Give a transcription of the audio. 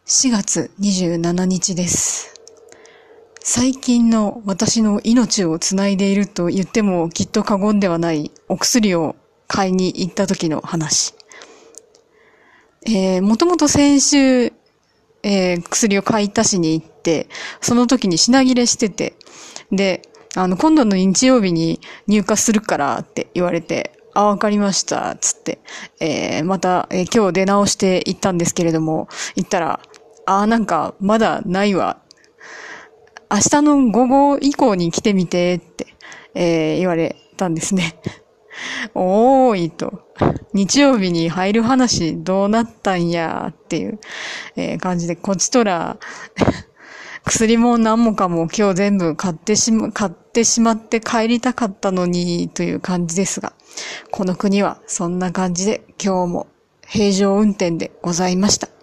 4月27日です。最近の私の命をつないでいると言ってもきっと過言ではないお薬を買いに行った時の話。もともと先週、薬を買い足しに行って、その時に品切れしてて、で、今度の日曜日に入荷するからって言われて、わかりました、つって、また、今日出直して行ったんですけれども、行ったら、なんか、まだないわ。明日の午後以降に来てみて、って、言われたんですね。おーいと。日曜日に入る話どうなったんや、っていう、感じで、こっちとら、薬も何もかも今日全部買ってしまって帰りたかったのに、という感じですが、この国はそんな感じで今日も平常運転でございました。